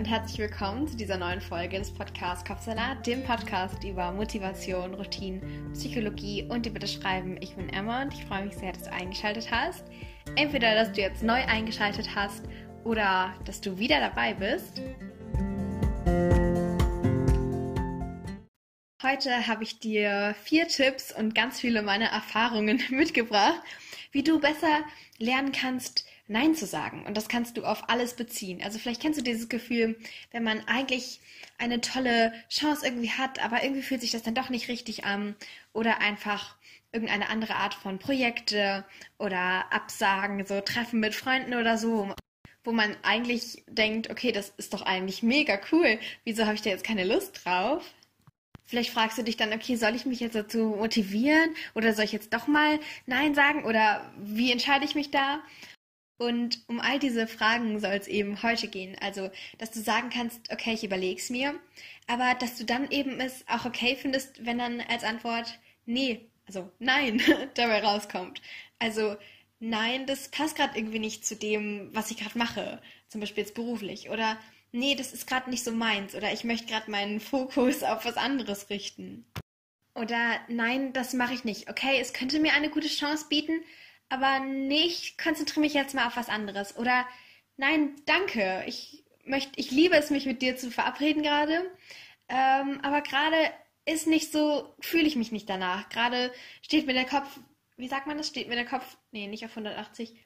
und herzlich willkommen zu dieser neuen Folge des Podcasts Kopfsalat, dem Podcast über Motivation, Routinen, Psychologie und über das Schreiben. Ich bin Emma und ich freue mich sehr, dass du eingeschaltet hast. Entweder, dass du jetzt neu eingeschaltet hast oder dass du wieder dabei bist. Heute habe ich dir 4 Tipps und ganz viele meiner Erfahrungen mitgebracht, wie du besser lernen kannst, Nein zu sagen. Und das kannst du auf alles beziehen. Also vielleicht kennst du dieses Gefühl, wenn man eigentlich eine tolle Chance irgendwie hat, aber irgendwie fühlt sich das dann doch nicht richtig an. Oder einfach irgendeine andere Art von Projekte oder Absagen, so Treffen mit Freunden oder so, wo man eigentlich denkt, okay, das ist doch eigentlich mega cool. Wieso habe ich da jetzt keine Lust drauf? Vielleicht fragst du dich dann, okay, soll ich mich jetzt dazu motivieren oder soll ich jetzt doch mal Nein sagen oder wie entscheide ich mich da? Und um all diese Fragen soll es eben heute gehen. Also, dass du sagen kannst, okay, ich überleg's mir, aber dass du dann eben es auch okay findest, wenn dann als Antwort nee, also nein, dabei rauskommt. Also nein, das passt gerade irgendwie nicht zu dem, was ich gerade mache, zum Beispiel jetzt beruflich. Oder nee, das ist gerade nicht so meins. Oder ich möchte gerade meinen Fokus auf was anderes richten. Oder nein, das mache ich nicht. Okay, es könnte mir eine gute Chance bieten, aber nee, ich konzentriere mich jetzt mal auf was anderes. Oder nein, danke. Ich liebe es, mich mit dir zu verabreden gerade. Aber gerade ist nicht so, fühle ich mich nicht danach. Gerade steht mir der Kopf, wie sagt man das? Steht mir der Kopf, nee, nicht auf 180.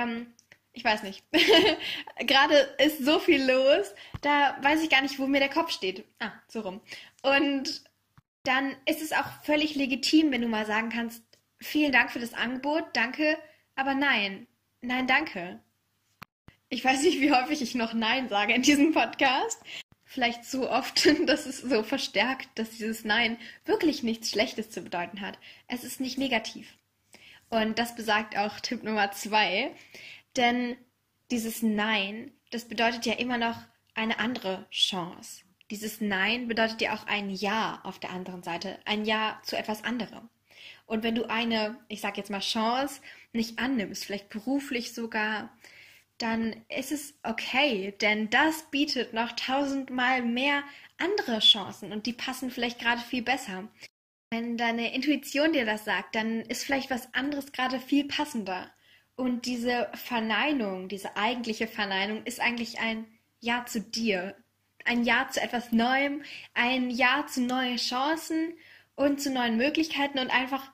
Ich weiß nicht. Gerade ist so viel los, da weiß ich gar nicht, wo mir der Kopf steht. Ah, so rum. Und dann ist es auch völlig legitim, wenn du mal sagen kannst, vielen Dank für das Angebot, danke, aber nein. Nein, danke. Ich weiß nicht, wie häufig ich noch Nein sage in diesem Podcast. Vielleicht so oft, dass es so verstärkt, dass dieses Nein wirklich nichts Schlechtes zu bedeuten hat. Es ist nicht negativ. Und das besagt auch Tipp Nummer 2. Denn dieses Nein, das bedeutet ja immer noch eine andere Chance. Dieses Nein bedeutet ja auch ein Ja auf der anderen Seite. Ein Ja zu etwas anderem. Und wenn du eine, ich sag jetzt mal, Chance nicht annimmst, vielleicht beruflich sogar, dann ist es okay, denn das bietet noch 1000-mal mehr andere Chancen und die passen vielleicht gerade viel besser. Wenn deine Intuition dir das sagt, dann ist vielleicht was anderes gerade viel passender. Und diese Verneinung, diese eigentliche Verneinung ist eigentlich ein Ja zu dir. Ein Ja zu etwas Neuem, ein Ja zu neuen Chancen und zu neuen Möglichkeiten und einfach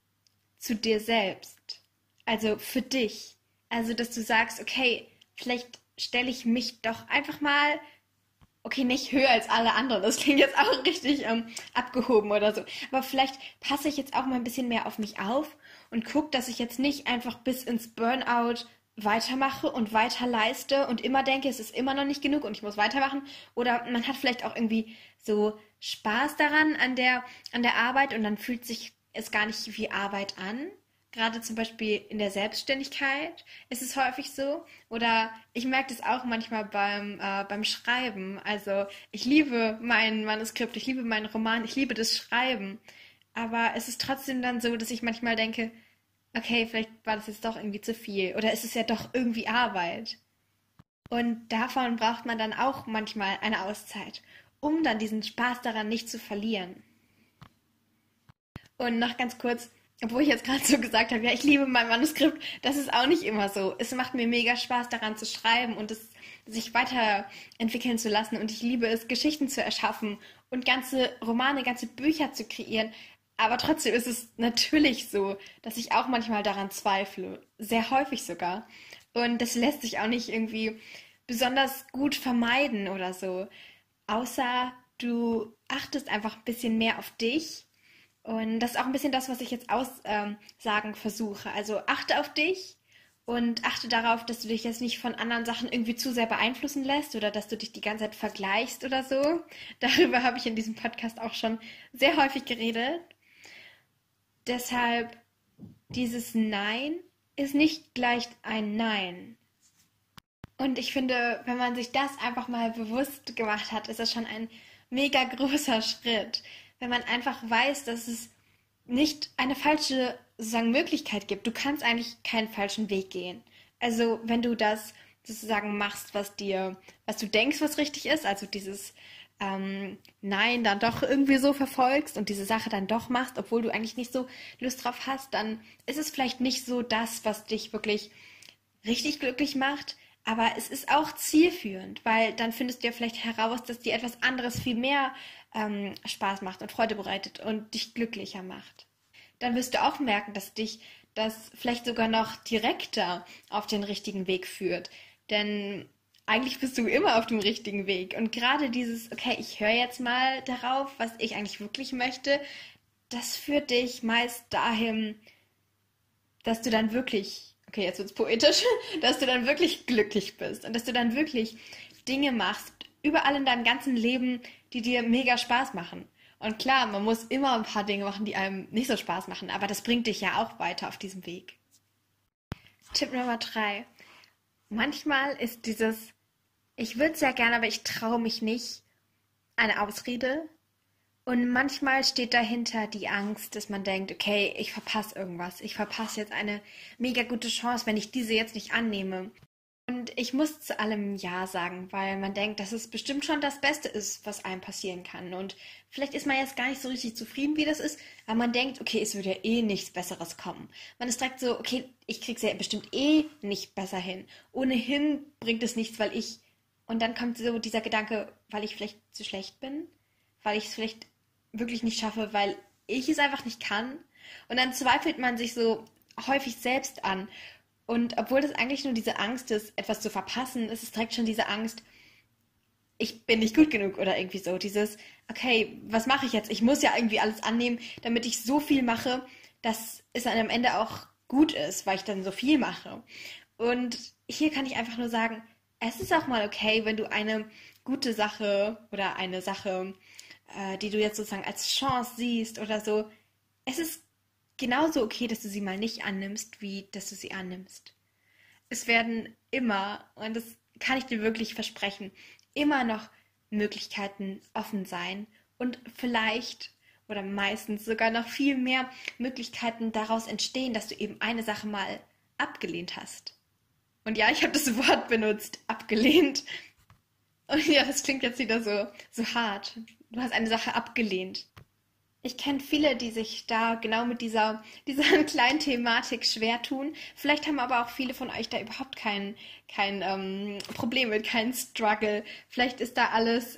zu dir selbst. Also für dich. Also, dass du sagst, okay, vielleicht stelle ich mich doch einfach mal, okay, nicht höher als alle anderen. Das klingt jetzt auch richtig abgehoben oder so. Aber vielleicht passe ich jetzt auch mal ein bisschen mehr auf mich auf und gucke, dass ich jetzt nicht einfach bis ins Burnout weitermache und weiter leiste und immer denke, es ist immer noch nicht genug und ich muss weitermachen. Oder man hat vielleicht auch irgendwie so Spaß daran an der Arbeit und dann fühlt sich es gar nicht wie Arbeit an. Gerade zum Beispiel in der Selbstständigkeit ist es häufig so. Oder ich merke das auch manchmal beim Schreiben. Also ich liebe mein Manuskript, ich liebe meinen Roman, ich liebe das Schreiben. Aber es ist trotzdem dann so, dass ich manchmal denke, okay, vielleicht war das jetzt doch irgendwie zu viel. Oder ist es ja doch irgendwie Arbeit. Und davon braucht man dann auch manchmal eine Auszeit, um dann diesen Spaß daran nicht zu verlieren. Und noch ganz kurz, obwohl ich jetzt gerade so gesagt habe, ja, ich liebe mein Manuskript, das ist auch nicht immer so. Es macht mir mega Spaß daran zu schreiben und es sich weiterentwickeln zu lassen und ich liebe es, Geschichten zu erschaffen und ganze Romane, ganze Bücher zu kreieren. Aber trotzdem ist es natürlich so, dass ich auch manchmal daran zweifle, sehr häufig sogar. Und das lässt sich auch nicht irgendwie besonders gut vermeiden oder so, außer du achtest einfach ein bisschen mehr auf dich. Und das ist auch ein bisschen das, was ich jetzt aussagen versuche. Also achte auf dich und achte darauf, dass du dich jetzt nicht von anderen Sachen irgendwie zu sehr beeinflussen lässt oder dass du dich die ganze Zeit vergleichst oder so. Darüber habe ich in diesem Podcast auch schon sehr häufig geredet. Deshalb, dieses Nein ist nicht gleich ein Nein. Und ich finde, wenn man sich das einfach mal bewusst gemacht hat, ist das schon ein mega großer Schritt. Wenn man einfach weiß, dass es nicht eine falsche, sozusagen, Möglichkeit gibt. Du kannst eigentlich keinen falschen Weg gehen. Also wenn du das sozusagen machst, was du denkst, was richtig ist, also dieses Nein dann doch irgendwie so verfolgst und diese Sache dann doch machst, obwohl du eigentlich nicht so Lust drauf hast, dann ist es vielleicht nicht so das, was dich wirklich richtig glücklich macht, aber es ist auch zielführend, weil dann findest du ja vielleicht heraus, dass dir etwas anderes viel mehr Spaß macht und Freude bereitet und dich glücklicher macht. Dann wirst du auch merken, dass dich das vielleicht sogar noch direkter auf den richtigen Weg führt. Denn eigentlich bist du immer auf dem richtigen Weg. Und gerade dieses, okay, ich höre jetzt mal darauf, was ich eigentlich wirklich möchte, das führt dich meist dahin, dass du dann wirklich, okay, jetzt wird's poetisch, dass du dann wirklich glücklich bist und dass du dann wirklich Dinge machst, überall in deinem ganzen Leben, die dir mega Spaß machen. Und klar, man muss immer ein paar Dinge machen, die einem nicht so Spaß machen, aber das bringt dich ja auch weiter auf diesem Weg. Tipp Nummer 3. Manchmal ist dieses, ich würde sehr gerne, aber ich traue mich nicht, eine Ausrede. Und manchmal steht dahinter die Angst, dass man denkt, okay, ich verpasse irgendwas. Ich verpasse jetzt eine mega gute Chance, wenn ich diese jetzt nicht annehme. Und ich muss zu allem Ja sagen, weil man denkt, dass es bestimmt schon das Beste ist, was einem passieren kann. Und vielleicht ist man jetzt gar nicht so richtig zufrieden, wie das ist, aber man denkt, okay, es wird ja eh nichts Besseres kommen. Man ist direkt so, okay, ich krieg's ja bestimmt eh nicht besser hin. Ohnehin bringt es nichts, weil ich... Und dann kommt so dieser Gedanke, weil ich vielleicht zu schlecht bin, weil ich es vielleicht wirklich nicht schaffe, weil ich es einfach nicht kann. Und dann zweifelt man sich so häufig selbst an. Und obwohl das eigentlich nur diese Angst ist, etwas zu verpassen, ist es direkt schon diese Angst, ich bin nicht gut genug oder irgendwie so. Dieses, okay, was mache ich jetzt? Ich muss ja irgendwie alles annehmen, damit ich so viel mache, dass es dann am Ende auch gut ist, weil ich dann so viel mache. Und hier kann ich einfach nur sagen, es ist auch mal okay, wenn du eine gute Sache oder eine Sache, die du jetzt sozusagen als Chance siehst oder so, es ist genauso okay, dass du sie mal nicht annimmst, wie dass du sie annimmst. Es werden immer, und das kann ich dir wirklich versprechen, immer noch Möglichkeiten offen sein und vielleicht oder meistens sogar noch viel mehr Möglichkeiten daraus entstehen, dass du eben eine Sache mal abgelehnt hast. Und ja, ich habe das Wort benutzt, abgelehnt. Und ja, das klingt jetzt wieder so hart. Du hast eine Sache abgelehnt. Ich kenne viele, die sich da genau mit dieser kleinen Thematik schwer tun. Vielleicht haben aber auch viele von euch da überhaupt kein Problem mit, kein Struggle. Vielleicht ist da alles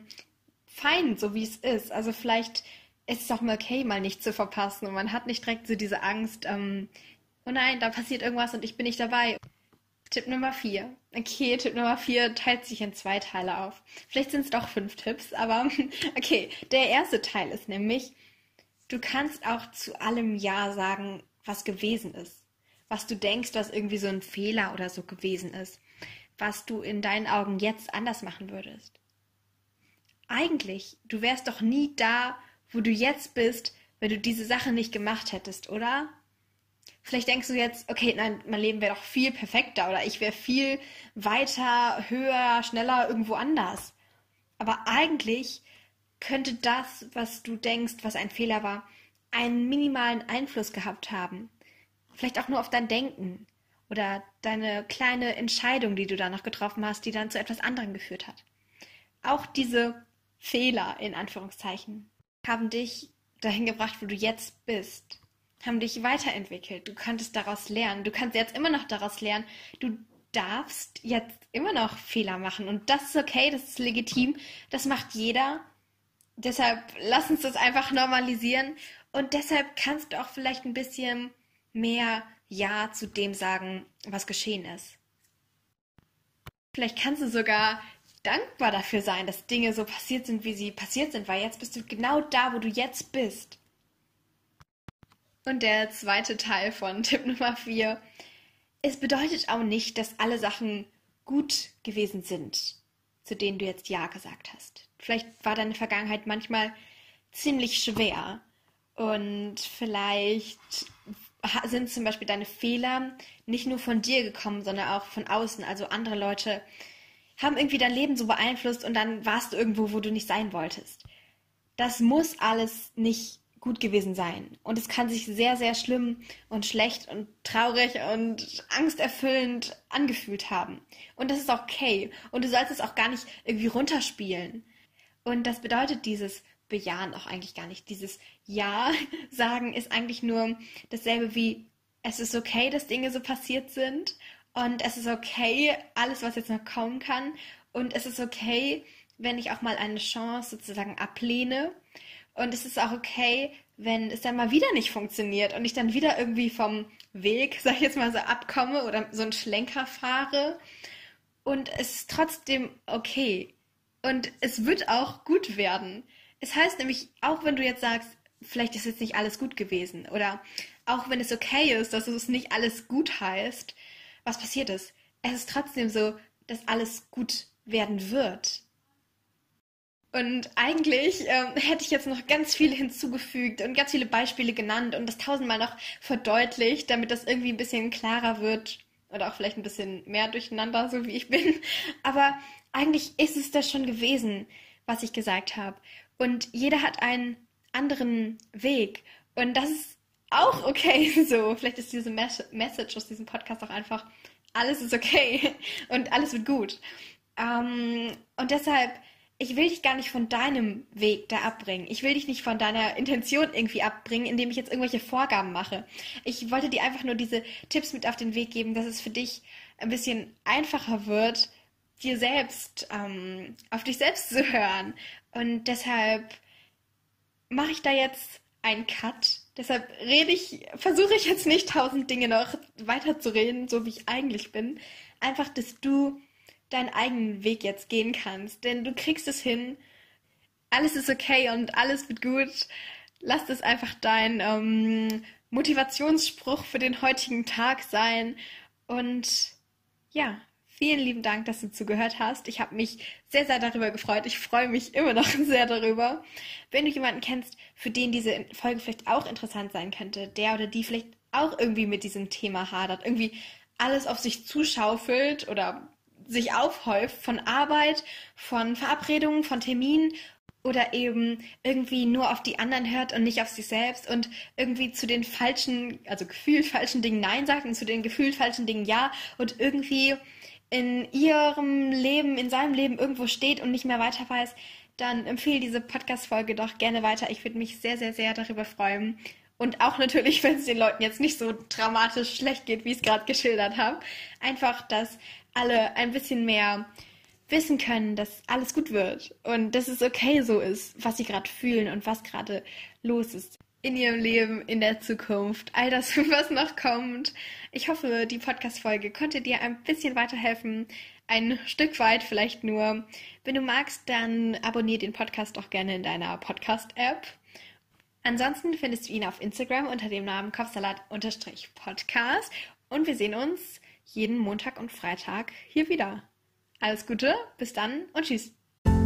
fein, so wie es ist. Also vielleicht ist es auch mal okay, mal nicht zu verpassen. Und man hat nicht direkt so diese Angst, oh nein, da passiert irgendwas und ich bin nicht dabei. Tipp Nummer 4. Okay, Tipp Nummer 4 teilt sich in 2 Teile auf. Vielleicht sind es doch 5 Tipps, aber okay. Der erste Teil ist nämlich, du kannst auch zu allem Ja sagen, was gewesen ist. Was du denkst, was irgendwie so ein Fehler oder so gewesen ist. Was du in deinen Augen jetzt anders machen würdest. Eigentlich, du wärst doch nie da, wo du jetzt bist, wenn du diese Sache nicht gemacht hättest, oder? Vielleicht denkst du jetzt, okay, nein, mein Leben wäre doch viel perfekter oder ich wäre viel weiter, höher, schneller irgendwo anders. Aber eigentlich könnte das, was du denkst, was ein Fehler war, einen minimalen Einfluss gehabt haben. Vielleicht auch nur auf dein Denken oder deine kleine Entscheidung, die du da noch getroffen hast, die dann zu etwas anderem geführt hat. Auch diese Fehler, in Anführungszeichen, haben dich dahin gebracht, wo du jetzt bist. Haben dich weiterentwickelt. Du konntest daraus lernen. Du kannst jetzt immer noch daraus lernen. Du darfst jetzt immer noch Fehler machen. Und das ist okay, das ist legitim. Das macht jeder. Deshalb lass uns das einfach normalisieren. Und deshalb kannst du auch vielleicht ein bisschen mehr Ja zu dem sagen, was geschehen ist. Vielleicht kannst du sogar dankbar dafür sein, dass Dinge so passiert sind, wie sie passiert sind, weil jetzt bist du genau da, wo du jetzt bist. Und der zweite Teil von Tipp Nummer 4. Es bedeutet auch nicht, dass alle Sachen gut gewesen sind, zu denen du jetzt Ja gesagt hast. Vielleicht war deine Vergangenheit manchmal ziemlich schwer. Und vielleicht sind zum Beispiel deine Fehler nicht nur von dir gekommen, sondern auch von außen. Also andere Leute haben irgendwie dein Leben so beeinflusst und dann warst du irgendwo, wo du nicht sein wolltest. Das muss alles nicht gut gewesen sein. Und es kann sich sehr, sehr schlimm und schlecht und traurig und angsterfüllend angefühlt haben. Und das ist okay. Und du sollst es auch gar nicht irgendwie runterspielen. Und das bedeutet dieses Bejahen auch eigentlich gar nicht. Dieses Ja sagen ist eigentlich nur dasselbe wie, es ist okay, dass Dinge so passiert sind. Und es ist okay, alles, was jetzt noch kommen kann. Und es ist okay, wenn ich auch mal eine Chance sozusagen ablehne. Und es ist auch okay, wenn es dann mal wieder nicht funktioniert und ich dann wieder irgendwie vom Weg, sag ich jetzt mal so, abkomme oder so einen Schlenker fahre. Und es ist trotzdem okay. Und es wird auch gut werden. Es heißt nämlich, auch wenn du jetzt sagst, vielleicht ist jetzt nicht alles gut gewesen oder auch wenn es okay ist, dass es nicht alles gut heißt, was passiert ist? Es ist trotzdem so, dass alles gut werden wird. Und eigentlich hätte ich jetzt noch ganz viel hinzugefügt und ganz viele Beispiele genannt und das tausendmal noch verdeutlicht, damit das irgendwie ein bisschen klarer wird oder auch vielleicht ein bisschen mehr durcheinander, so wie ich bin. Aber eigentlich ist es das schon gewesen, was ich gesagt habe. Und jeder hat einen anderen Weg. Und das ist auch okay so. Vielleicht ist diese Message aus diesem Podcast auch einfach, alles ist okay und alles wird gut. Und deshalb, ich will dich gar nicht von deinem Weg da abbringen. Ich will dich nicht von deiner Intention irgendwie abbringen, indem ich jetzt irgendwelche Vorgaben mache. Ich wollte dir einfach nur diese Tipps mit auf den Weg geben, dass es für dich ein bisschen einfacher wird, dir selbst, auf dich selbst zu hören. Und deshalb mache ich da jetzt einen Cut. Deshalb versuche ich jetzt nicht tausend Dinge noch weiter zu reden, so wie ich eigentlich bin. Einfach, dass du deinen eigenen Weg jetzt gehen kannst. Denn du kriegst es hin. Alles ist okay und alles wird gut. Lass das einfach dein Motivationsspruch für den heutigen Tag sein. Und ja, vielen lieben Dank, dass du zugehört hast. Ich habe mich sehr, sehr darüber gefreut. Ich freue mich immer noch sehr darüber. Wenn du jemanden kennst, für den diese Folge vielleicht auch interessant sein könnte, der oder die vielleicht auch irgendwie mit diesem Thema hadert, irgendwie alles auf sich zuschaufelt oder sich aufhäuft von Arbeit, von Verabredungen, von Terminen oder eben irgendwie nur auf die anderen hört und nicht auf sich selbst und irgendwie zu den falschen, also gefühlt falschen Dingen Nein sagt und zu den gefühlt falschen Dingen Ja und irgendwie in ihrem Leben, in seinem Leben irgendwo steht und nicht mehr weiter weiß, dann empfehle diese Podcast-Folge doch gerne weiter. Ich würde mich sehr, sehr, sehr darüber freuen. Und auch natürlich, wenn es den Leuten jetzt nicht so dramatisch schlecht geht, wie ich es gerade geschildert habe. Einfach, dass alle ein bisschen mehr wissen können, dass alles gut wird und dass es okay so ist, was sie gerade fühlen und was gerade los ist in ihrem Leben, in der Zukunft, all das, was noch kommt. Ich hoffe, die Podcast-Folge konnte dir ein bisschen weiterhelfen, ein Stück weit vielleicht nur. Wenn du magst, dann abonniere den Podcast doch gerne in deiner Podcast-App. Ansonsten findest du ihn auf Instagram unter dem Namen Kopfsalat_Podcast und wir sehen uns jeden Montag und Freitag hier wieder. Alles Gute, bis dann und tschüss.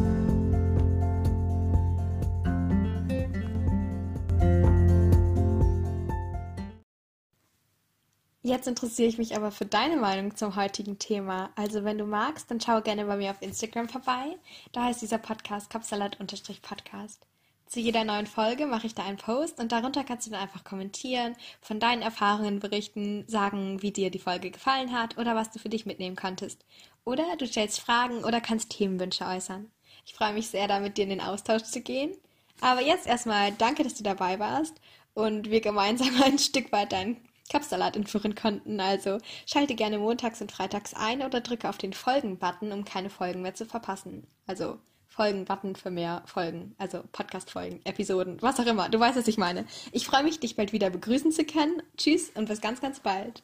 Jetzt interessiere ich mich aber für deine Meinung zum heutigen Thema. Also wenn du magst, dann schau gerne bei mir auf Instagram vorbei. Da heißt dieser Podcast Kopfsalat_Podcast. Zu jeder neuen Folge mache ich da einen Post und darunter kannst du dann einfach kommentieren, von deinen Erfahrungen berichten, sagen, wie dir die Folge gefallen hat oder was du für dich mitnehmen konntest. Oder du stellst Fragen oder kannst Themenwünsche äußern. Ich freue mich sehr, da mit dir in den Austausch zu gehen. Aber jetzt erstmal danke, dass du dabei warst und wir gemeinsam ein Stück weit deinen Kopfsalat entführen konnten. Also schalte gerne montags und freitags ein oder drücke auf den Folgen-Button, um keine Folgen mehr zu verpassen. Also Folgen-Button für mehr Folgen, also Podcast-Folgen, Episoden, was auch immer. Du weißt, was ich meine. Ich freue mich, dich bald wieder begrüßen zu können. Tschüss und bis ganz, ganz bald.